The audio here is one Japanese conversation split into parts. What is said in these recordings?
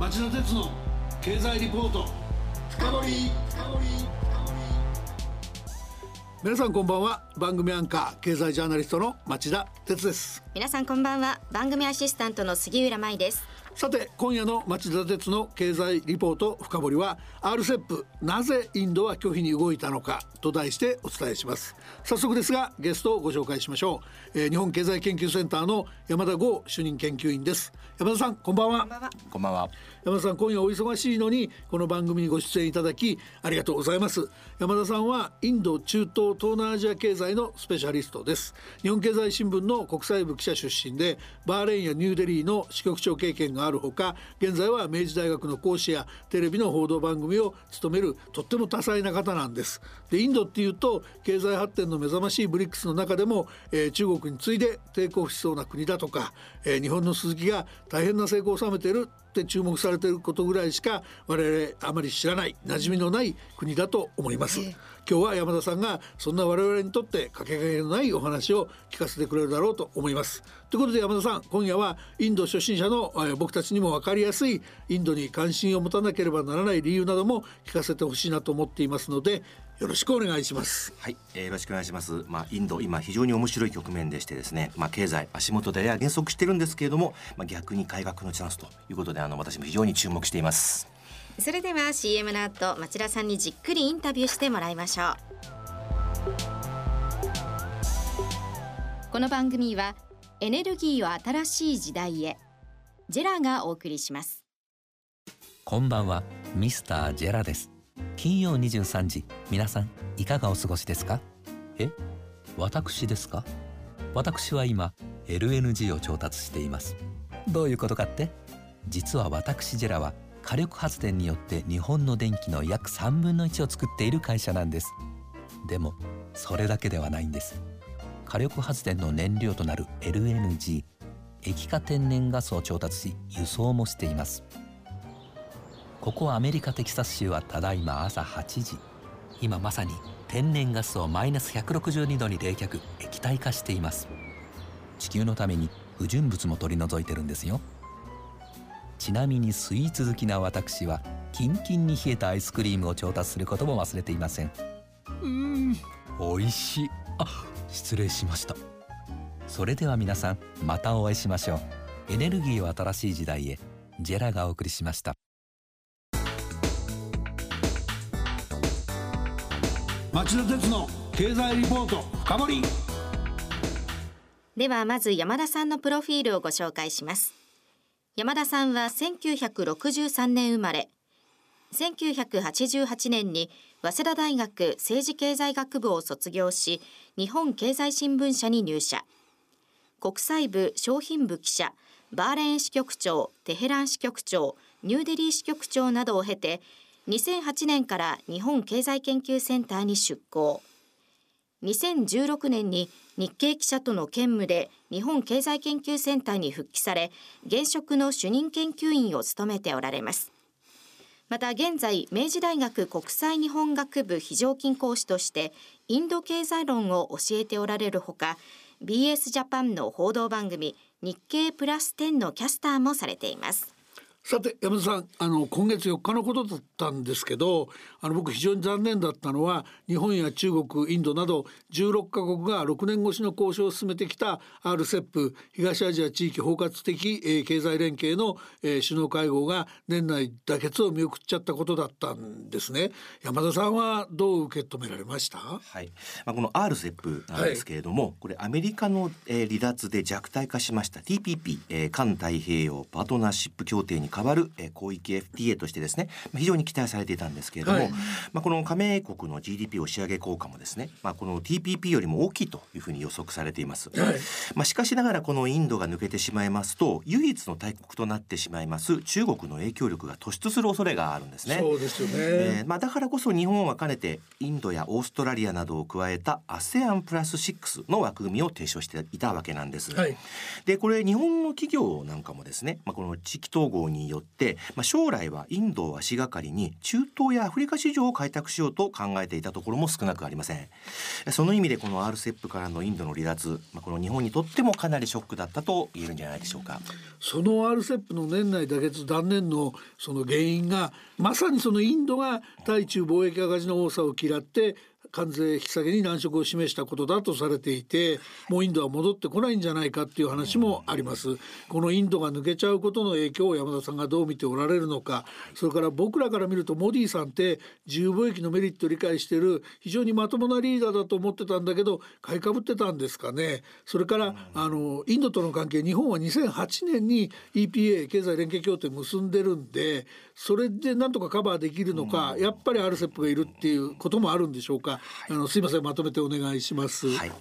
町田鉄の経済リポート深掘り。皆さんこんばんは。番組アンカー経済ジャーナリストの町田鉄です。 皆さんこんばんは。番組アシスタントの杉浦舞です。 さて今夜の町田鉄の経済リポート深掘りは RCEP なぜインドは拒否に動いたのかと題してお伝えします。早速ですがゲストをご紹介しましょう。日本経済研究センターの山田剛主任研究員です。山田さんこんばんは。 こんばんは。 山田さん今夜お忙しいのにこの番組にご出演いただきありがとうございます。山田さんはインド中東東南アジア経済のスペシャリストです。日本経済新聞の国際部記者出身でバーレーンやニューデリーの支局長経験があるほか、現在は明治大学の講師やテレビの報道番組を務めるとっても多彩な方なんです。でインドっていうと経済発展の目覚ましいブリックスの中でも、中国に次いで抵抗しそうな国だとか、日本の鈴木が大変な成功を収めているって注目されていることぐらいしか我々あまり知らない馴染みのない国だと思います。今日は山田さんがそんな我々にとってかけがえのないお話を聞かせてくれるだろうと思います。ということで山田さん今夜はインド初心者の僕たちにも分かりやすいインドに関心を持たなければならない理由なども聞かせてほしいなと思っていますのでよろしくお願いします。 はい、よろしくお願いします。インド今非常に面白い局面でしてですね、経済足元でや減速してるんですけれども、逆に改革のチャンスということで私も非常に注目しています。 それでは CM の後町田さんにじっくりインタビューしてもらいましょう。この番組はエネルギーを新しい時代へジェラがお送りします。 こんばんは、ミスタージェラです。金曜23時、皆さんいかがお過ごしですか？私ですか？私は今 LNG を調達しています。どういうことかって？実は私ジェラは火力発電によって日本の電気の約3分の1を作っている会社なんです。でもそれだけではないんです。火力発電の燃料となる LNG、 液化天然ガスを調達し輸送もしています。ここアメリカテキサス州はただいま朝8時。今まさに天然ガスをマイナス162度に冷却液体化しています。地球のために不純物も取り除いてるんですよ。ちなみにスイーツ好きな私はキンキンに冷えたアイスクリームを調達することも忘れていません。美味しい。失礼しました。それでは皆さんまたお会いしましょう。エネルギーを新しい時代へ、ジェラがお送りしました。 町田鉄の経済リポート深掘り。 ではまず山田さんのプロフィールをご紹介します。山田さんは1963年生まれ、1988年に早稲田大学政治経済学部を卒業し日本経済新聞社に入社。国際部商品部記者、バーレーン支局長、テヘラン支局長、ニューデリー支局長などを経て2008年から日本経済研究センターに出向。2016年に日経記者との兼務で日本経済研究センターに復帰され現職の主任研究員を務めておられます。また現在明治大学国際日本学部非常勤講師としてインド経済論を教えておられるほか BS ジャパンの報道番組日経プラス10のキャスターもされています。 さて山田さん今月4日のことだったんですけど僕非常に残念だったのは日本や中国インドなど16カ国が6年越しの交渉を進めてきた RCEP 東アジア地域包括的、経済連携の、首脳会合が年内妥結を見送っちゃったことだったんですね。山田さんはどう受け止められました？ はい、この RCEP なんですけれども、これアメリカの、離脱で弱体化しました TPP、環太平洋パートナーシップ協定に代わる広域 FTA としてですね非常に期待されていたんですけれども、この加盟国の GDP 押し上げ効果もですね、この TPP よりも大きいというふうに予測されています。しかしながらこのインドが抜けてしまいますと唯一の大国となってしまいます中国の影響力が突出する恐れがあるんですね。 そうですよね。 だからこそ日本はかねてインドやオーストラリアなどを加えた ASEAN プラス6の枠組みを提唱していたわけなんです。でこれ日本の企業なんかもですね、この地域統合にによって、将来はインドを足がかりに中東やアフリカ市場を開拓しようと考えていたところも少なくありません。その意味でこの RCEP からのインドの離脱、この日本にとってもかなりショックだったと言えるんじゃないでしょうか。 その RCEP の年内妥結断念のその原因がまさにそのインドが対中貿易赤字の多さを嫌って関税引き下げに難色を示したことだとされていて、もうインドは戻ってこないんじゃないかっていう話もあります。このインドが抜けちゃうことの影響を山田さんがどう見ておられるのか、それから僕らから見るとモディさんって自由貿易のメリットを理解している非常にまともなリーダーだと思ってたんだけど買いかぶってたんですかね。それからインドとの関係、日本は2008年に EPA 経済連携協定結んでるんで、それでなんとかカバーできるのか、やっぱり RCEP がいるっていうこともあるんでしょうか。すいません、まとめてお願いします。 はい、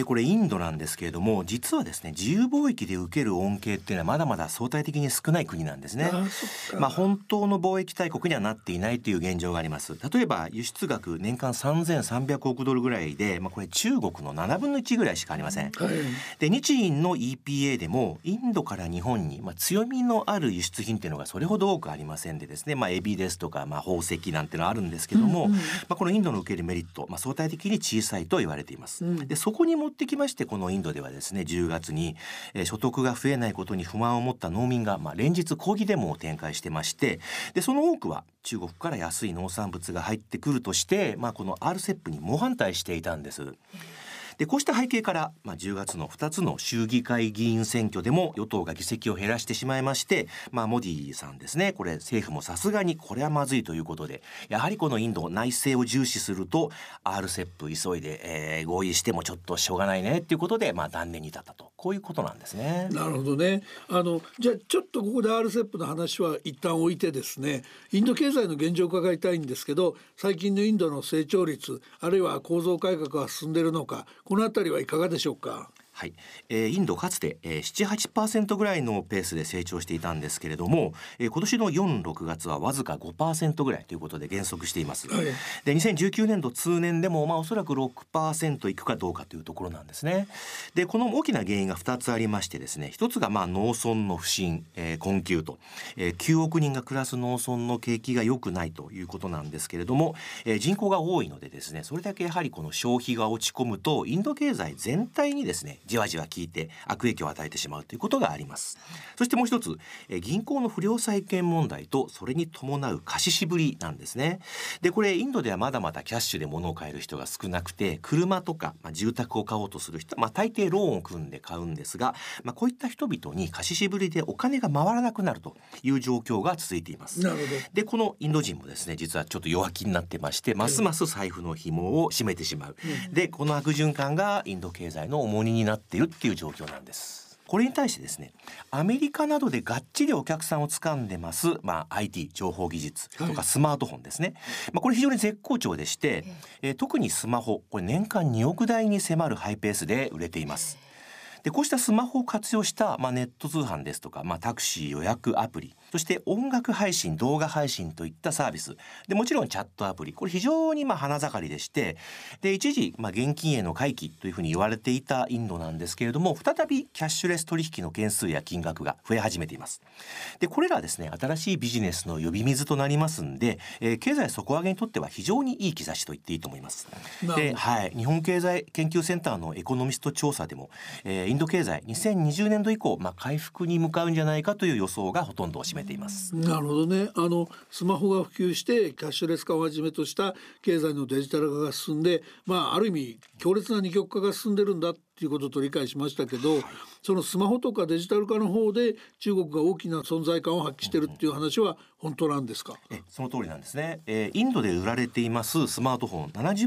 これインドなんですけれども、実はですね、自由貿易で受ける恩恵っていうのはまだまだ相対的に少ない国なんですね。本当の貿易大国にはなっていないという現状があります。例えば輸出額年間3300億ドルぐらいで、これ中国の7分の1ぐらいしかありません。で日印の EPA でもインドから日本に、強みのある輸出品っていうのがそれほど多くありませんでですね、エビですとか、宝石なんてのあるんですけども、このインドの受けるメリット、相対的に小さいと言われています。でそこに持ってきまして、このインドではですね、10月に、所得が増えないことに不満を持った農民が、連日抗議デモを展開してまして、でその多くは中国から安い農産物が入ってくるとして、この RCEP に猛反対していたんです。でこうした背景から、10月の2つの州議会議員選挙でも与党が議席を減らしてしまいまして、モディさんですね、これ政府もさすがにこれはまずいということで、やはりこのインド内政を重視すると RCEP 急いで、合意してもちょっとしょうがないねっていうことで、断念に至ったと、こういうことなんですね。 なるほどね。じゃあちょっとここで RCEP の話は一旦置いてですね、インド経済の現状を伺いたいんですけど、最近のインドの成長率、あるいは構造改革が進んでいるのか、このあたりはいかがでしょうか。 はい、インドかつて、7-8% ぐらいのペースで成長していたんですけれども、今年の4、6月はわずか 5% ぐらいということで減速しています。で2019年度通年でも、おそらく 6% いくかどうかというところなんですね。でこの大きな原因が2つありましてですね、一つが農村の不振、困窮と、9億人が暮らす農村の景気が良くないということなんですけれども、人口が多いのでですね、それだけやはりこの消費が落ち込むとインド経済全体にですねじわじわ効いて悪影響を与えてしまうということがあります。そしてもう一つ、銀行の不良債権問題とそれに伴う貸し渋りなんですね。でこれインドではまだまだキャッシュで物を買える人が少なくて、車とか、住宅を買おうとする人は、大抵ローンを組んで買うんですが、こういった人々に貸し渋りでお金が回らなくなるという状況が続いています。 なるほど。 でこのインド人もですね、実はちょっと弱気になってまして、ますます財布の紐を締めてしまう。でこの悪循環がインド経済の重荷になっているっていう状況なんです。これに対してですね、アメリカなどでがっちりお客さんを掴んでます、IT 情報技術とかスマートフォンですね、これ非常に絶好調でして、特にスマホ、これ年間2億台に迫るハイペースで売れています。でこうしたスマホを活用した、ネット通販ですとか、タクシー予約アプリ、そして音楽配信、動画配信といったサービスで、もちろんチャットアプリ、これ非常に花盛りでして、で一時、現金への回帰というふうに言われていたインドなんですけれども、再びキャッシュレス取引の件数や金額が増え始めています。でこれらはですね、新しいビジネスの呼び水となりますんで、経済底上げにとっては非常にいい兆しと言っていいと思います。で、日本経済研究センターのエコノミスト調査でも、インド経済2020年度以降、回復に向かうんじゃないかという予想がほとんどを占めています。 なるほどね。スマホが普及してキャッシュレス化をはじめとした経済のデジタル化が進んで、ある意味強烈な二極化が進んでるんだということと理解しましたけど、そのスマホとかデジタル化の方で中国が大きな存在感を発揮してるっていう話は本当なんですか？ その通りなんですね。インドで売られていますスマートフォン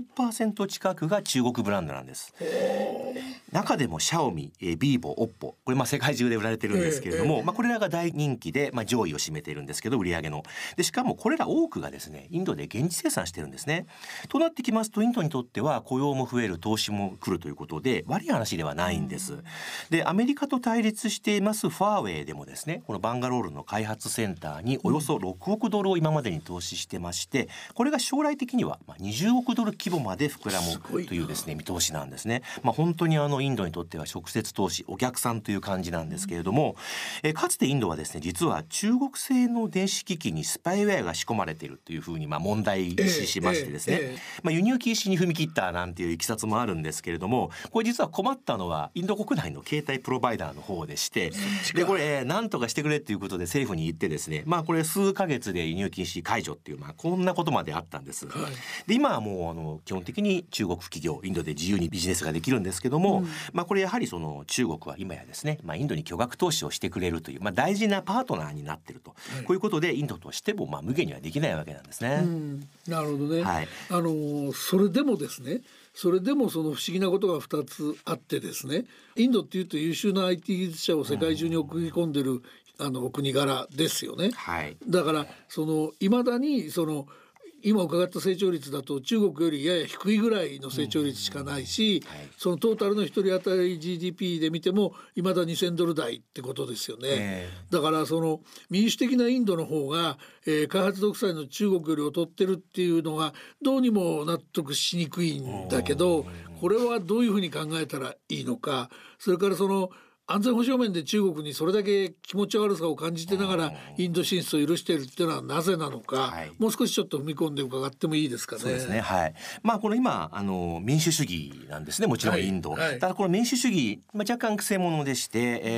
70% 近くが中国ブランドなんです。中でもシャオミ、ビーボ、オッポ、これ世界中で売られてるんですけれども、これらが大人気で、上位を占めているんですけど、売上のでしかもこれら多くがですねインドで現地生産してるんですね。となってきますと、インドにとっては雇用も増える、投資も来るということで、割話ではないんです。でアメリカと対立していますファーウェイでもですね、このバンガロールの開発センターにおよそ6億ドルを今までに投資してまして、これが将来的には20億ドル規模まで膨らむというですね見通しなんですね。本当にインドにとっては直接投資、お客さんという感じなんですけれども、かつてインドはですね実は中国製の電子機器にスパイウェアが仕込まれているというふうに問題視しましてですね、輸入禁止に踏み切ったなんていういきさつもあるんですけれども、これ実は困ったのはインド国内の携帯プロバイダーの方でして、でこれ何とかしてくれっていうことで政府に言ってですね、これ数ヶ月で輸入禁止解除っていうこんなことまであったんです。で今はもう基本的に中国企業インドで自由にビジネスができるんですけども、これやはりその中国は今やですね、インドに巨額投資をしてくれるという、大事なパートナーになっていると、こういうことでインドとしても無限にはできないわけなんですね。 なるほどね、それでもですね、その不思議なことが2つあってですね、インドっていうと優秀な IT 技術者を世界中に送り込んでるお国柄ですよね。だから未だに今伺った成長率だと中国よりやや低いぐらいの成長率しかないし、そのトータルの1人当たり GDP で見ても未だ2000ドル台ってことですよね。だから民主的なインドの方が、開発独裁の中国より劣ってるっていうのがどうにも納得しにくいんだけど、これはどういうふうに考えたらいいのか、それから安全保障面で中国にそれだけ気持ち悪さを感じてながらインド進出を許しているっていうのはなぜなのか、もう少しちょっと踏み込んで伺ってもいいですかね。 そうですね、この今民主主義なんですね、もちろんインド、ただこの民主主義、若干くせ者でして、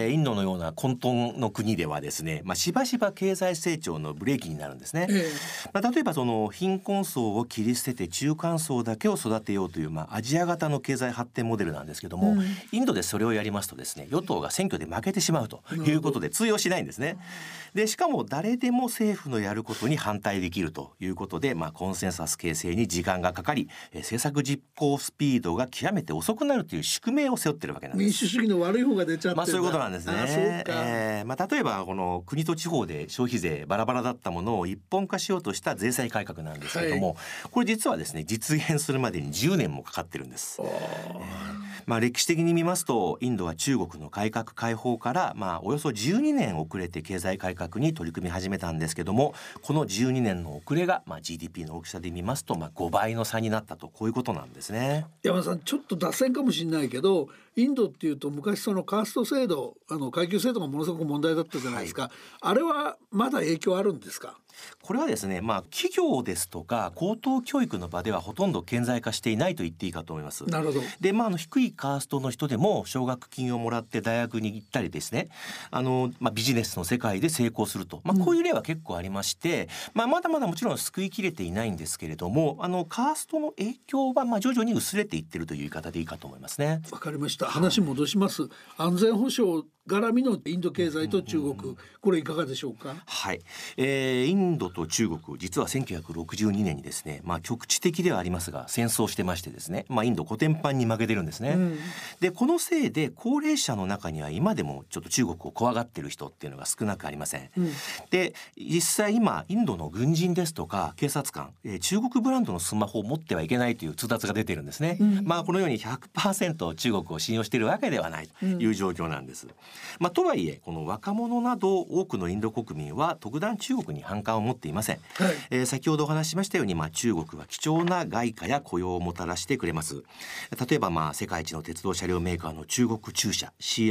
インドのような混沌の国ではですね、しばしば経済成長のブレーキになるんですね。例えば貧困層を切り捨てて中間層だけを育てようという、アジア型の経済発展モデルなんですけども、インドでそれをやりますとですね、与党が選挙で負けてしまうということで通用しないんですね。でしかも誰でも政府のやることに反対できるということで、コンセンサス形成に時間がかかり、政策実行スピードが極めて遅くなるという宿命を背負ってるわけなんです。 民主主義の悪い方が出ちゃってるんだ。 そういうことなんですね。例えばこの国と地方で消費税バラバラだったものを一本化しようとした税制改革なんですけども、これ実はですね実現するまでに10年もかかってるんです。歴史的に見ますとインドは中国の改革開放から、およそ12年遅れて経済改革に取り組み始めたんですけども、この12年の遅れが、GDP の大きさで見ますと、5倍の差になったと、こういうことなんですね。 山田さん、ちょっと脱線かもしれないけど、インドっていうと昔カースト制度階級制度がものすごく問題だったじゃないですか、あれはまだ影響あるんですか？ これはですね、企業ですとか高等教育の場ではほとんど顕在化していないと言っていいかと思います。 なるほど。 で、低いカーストの人でも奨学金をもらって大学に行ったりですね、ビジネスの世界で成功すると、こういう例は結構ありまして、まだまだもちろん救いきれていないんですけれども、カーストの影響は徐々に薄れていってるという言い方でいいかと思いますね。 わかりました。話戻します。安全保障絡みのインド経済と中国、これいかがでしょうか？ インドと中国、実は1962年にですね、局地的ではありますが戦争してましてですね、インドコテンパンに負けてるんですね、でこのせいで高齢者の中には今でもちょっと中国を怖がってる人っていうのが少なくありません、で実際今インドの軍人ですとか警察官、中国ブランドのスマホを持ってはいけないという通達が出てるんですね、このように 100% 中国を信用しているわけではないという状況なんです、とはいえこの若者など多くのインド国民は特段中国に反感を持っていません、先ほどお話ししましたように、中国は貴重な外貨や雇用をもたらしてくれます。例えば世界一の鉄道車両メーカーの中国中車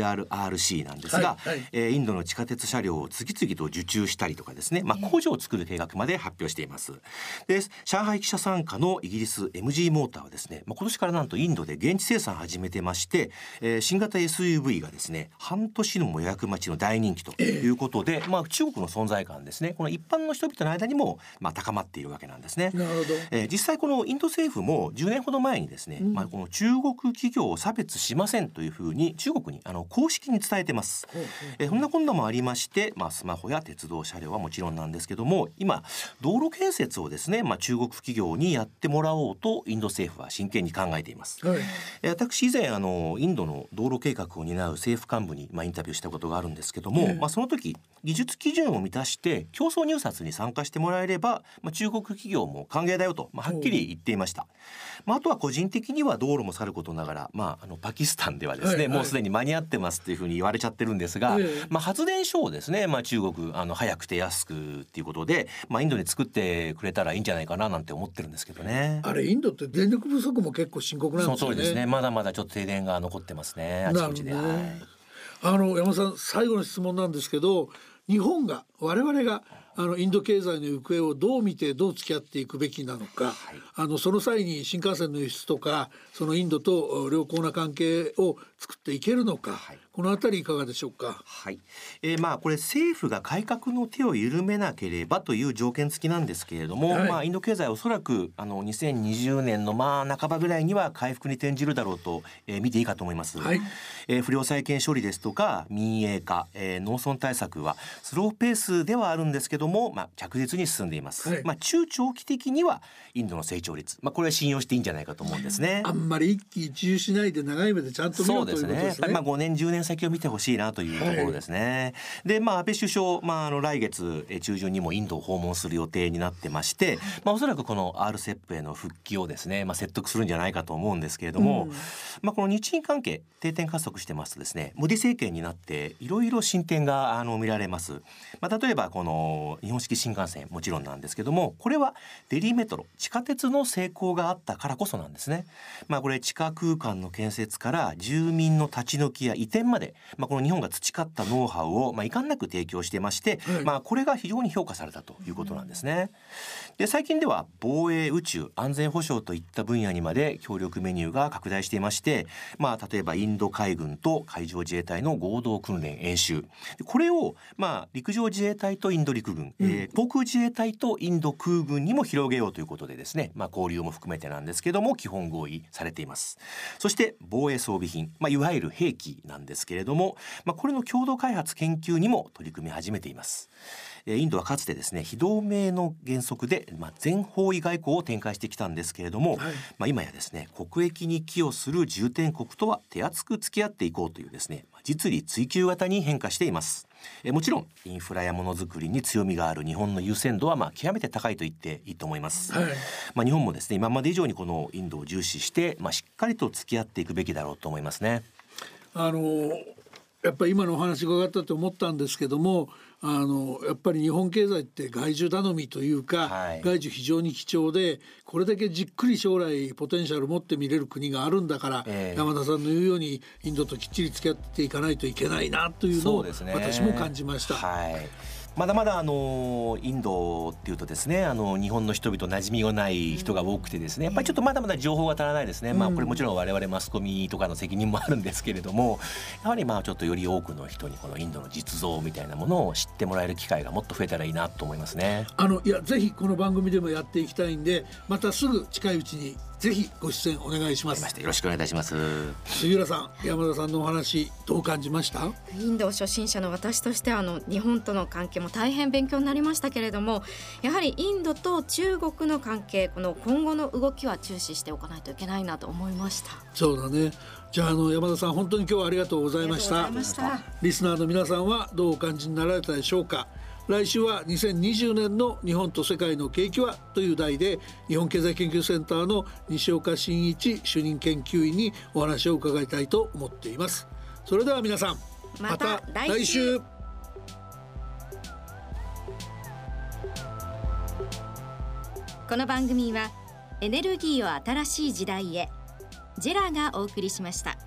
CRRC なんですが、インドの地下鉄車両を次々と受注したりとかですね、工場を作る計画まで発表しています。で上海汽車傘下のイギリス MG モーターはですね、今年からなんとインドで現地生産始めてまして、新型 SUV がですね半年の予約待ちの大人気ということで、中国の存在感ですね、この一般の人々の間にも高まっているわけなんですね。 なるほど。 実際このインド政府も10年ほど前にですね、この中国企業を差別しませんというふうに中国に公式に伝えてます、そんなこんなもありまして、スマホや鉄道車両はもちろんなんですけども、今道路建設をですね、中国企業にやってもらおうとインド政府は真剣に考えています、私以前イインドの道路計画を担う政府幹部にインタビューしたことがあるんですけども、その時技術基準を満たして競争入札に参加してもらえれば、中国企業も歓迎だよと、はっきり言っていました。あとは個人的には道路もさることながら、パキスタンではですね、もうすでに間に合ってますっていうふうに言われちゃってるんですが、発電所をですね、中国早くて安くっていうことで、インドに作ってくれたらいいんじゃないかななんて思ってるんですけどね。 あれインドって電力不足も結構深刻なんですよね。 その通りですね。まだまだちょっと停電が残ってますね、あちこちで。 山田さん、最後の質問なんですけど、日本が我々がインド経済の行方をどう見てどう付き合っていくべきなのか、その際に新幹線の輸出とかそのインドと良好な関係を作っていけるのか、このあたりいかがでしょうか。 これ政府が改革の手を緩めなければという条件付きなんですけれども、インド経済はおそらく2020年の半ばぐらいには回復に転じるだろうと、見ていいかと思います。不良債権処理ですとか民営化、農村対策はスローペースではあるんですけども、着実に進んでいます。中長期的にはインドの成長率、これは信用していいんじゃないかと思うんですね。 あんまり一喜一憂しないで長い目でちゃんと見るということですね。 やっぱり5年10年先を見てほしいなというところですね。で、安倍首相、来月中旬にもインドを訪問する予定になってまして、おそらくこの RCEP への復帰をですね、説得するんじゃないかと思うんですけれども、この日印関係定点加速してますとですね、モディ政権になっていろいろ進展が見られます。例えばこの日本式新幹線もちろんなんですけども、これはデリーメトロ地下鉄の成功があったからこそなんですね。これ地下空間の建設から住民の立ち退きや移転まで、この日本が培ったノウハウを遺憾なく提供してまして、これが非常に評価されたということなんですね。で、最近では防衛、宇宙、安全保障といった分野にまで協力メニューが拡大していまして、例えばインド海軍と海上自衛隊の合同訓練演習、これを陸上自衛隊とインド陸軍、航空自衛隊とインド空軍にも広げようということでですね、交流も含めてなんですけども基本合意されています。そして防衛装備品、いわゆる兵器なんですけれども、これの共同開発研究にも取り組み始めています。インドはかつてですね、非同盟の原則で、全方位外交を展開してきたんですけれども、今やですね、国益に寄与する重点国とは手厚く付き合っていこうというですね、実利追求型に変化しています。もちろんインフラやものづくりに強みがある日本の優先度は極めて高いと言っていいと思います。日本もですね、今まで以上にこのインドを重視して、しっかりと付き合っていくべきだろうと思いますね。 やっぱり今のお話伺ったと思ったんですけども、やっぱり日本経済って外需頼みというか、外需非常に貴重で、これだけじっくり将来ポテンシャル持って見れる国があるんだから、山田さんの言うようにインドときっちり付き合っていかないといけないなというのを私も感じました。 まだまだインドっていうとですね、日本の人々馴染みがない人が多くてですね、やっぱりちょっとまだまだ情報が足らないですね。これもちろん我々マスコミとかの責任もあるんですけれども、やはりちょっとより多くの人にこのインドの実像みたいなものを知ってもらえる機会がもっと増えたらいいなと思いますね。 いや、ぜひこの番組でもやっていきたいんで、またすぐ近いうちにぜひご出演お願いします。 よろしくお願いいたします。 杉浦さん、山田さんのお話どう感じました？ インド初心者の私としては日本との関係も大変勉強になりましたけれども、やはりインドと中国の関係、この今後の動きは注視しておかないといけないなと思いました。 そうだね。じゃあ山田さん、本当に今日はありがとうございました。リスナーの皆さんはどうお感じになられたでしょうか？来週は2020年の日本と世界の景気はという題で、日本経済研究センターの西岡真一主任研究員にお話を伺いたいと思っています。それでは皆さん、また来週。 この番組はエネルギーを新しい時代へ、ジェラがお送りしました。